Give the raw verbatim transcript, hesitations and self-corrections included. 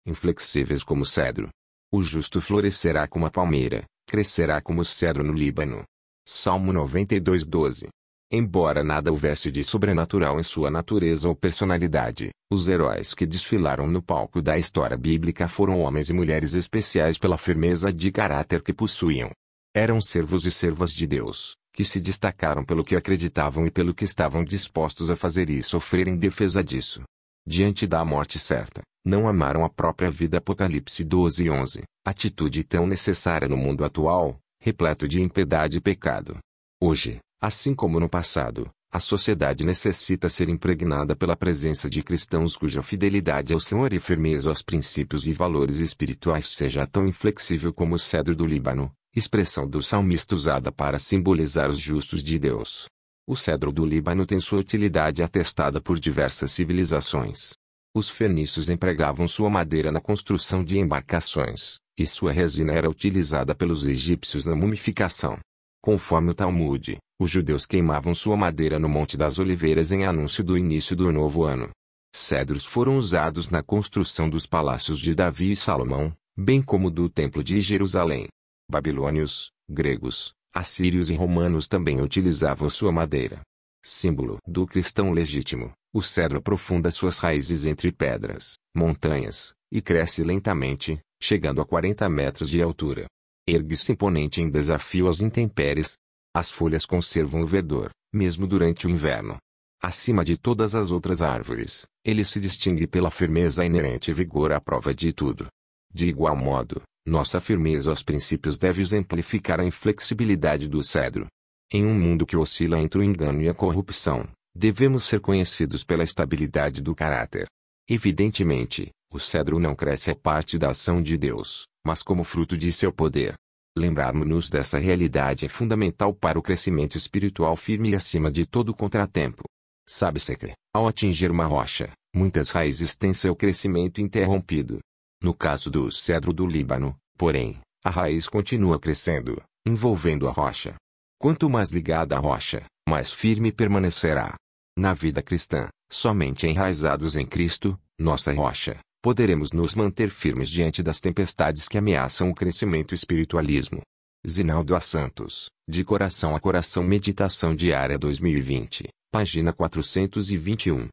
inflexíveis como o cedro. O justo florescerá como a palmeira, crescerá como o cedro no Líbano. Salmo noventa e dois, doze. Embora nada houvesse de sobrenatural em sua natureza ou personalidade, os heróis que desfilaram no palco da história bíblica foram homens e mulheres especiais pela firmeza de caráter que possuíam. Eram servos e servas de Deus, que se destacaram pelo que acreditavam e pelo que estavam dispostos a fazer e sofrer em defesa disso. Diante da morte certa, não amaram a própria vida. Apocalipse doze, onze, atitude tão necessária no mundo atual, repleto de impiedade e pecado. Hoje, assim como no passado, a sociedade necessita ser impregnada pela presença de cristãos cuja fidelidade ao Senhor e firmeza aos princípios e valores espirituais seja tão inflexível como o cedro do Líbano, expressão do salmista usada para simbolizar os justos de Deus. O cedro do Líbano tem sua utilidade atestada por diversas civilizações. Os fenícios empregavam sua madeira na construção de embarcações, e sua resina era utilizada pelos egípcios na mumificação. Conforme o Talmud, os judeus queimavam sua madeira no Monte das Oliveiras em anúncio do início do novo ano. Cedros foram usados na construção dos palácios de Davi e Salomão, bem como do Templo de Jerusalém. Babilônios, gregos, assírios e romanos também utilizavam sua madeira. Símbolo do cristão legítimo, o cedro aprofunda suas raízes entre pedras, montanhas, e cresce lentamente, chegando a quarenta metros de altura. Ergue-se imponente em desafio às intempéries. As folhas conservam o verdor, mesmo durante o inverno. Acima de todas as outras árvores, ele se distingue pela firmeza inerente e vigor à prova de tudo. De igual modo, nossa firmeza aos princípios deve exemplificar a inflexibilidade do cedro. Em um mundo que oscila entre o engano e a corrupção, devemos ser conhecidos pela estabilidade do caráter. Evidentemente, o cedro não cresce a parte da ação de Deus, mas como fruto de seu poder. Lembrarmos-nos dessa realidade é fundamental para o crescimento espiritual firme e acima de todo contratempo. Sabe-se que, ao atingir uma rocha, muitas raízes têm seu crescimento interrompido. No caso do cedro do Líbano, porém, a raiz continua crescendo, envolvendo a rocha. Quanto mais ligada à rocha, mais firme permanecerá. Na vida cristã, somente enraizados em Cristo, nossa rocha, poderemos nos manter firmes diante das tempestades que ameaçam o crescimento espiritualismo. Zinaldo A. Santos, De Coração a Coração Meditação Diária dois mil e vinte, página quatrocentos e vinte e um.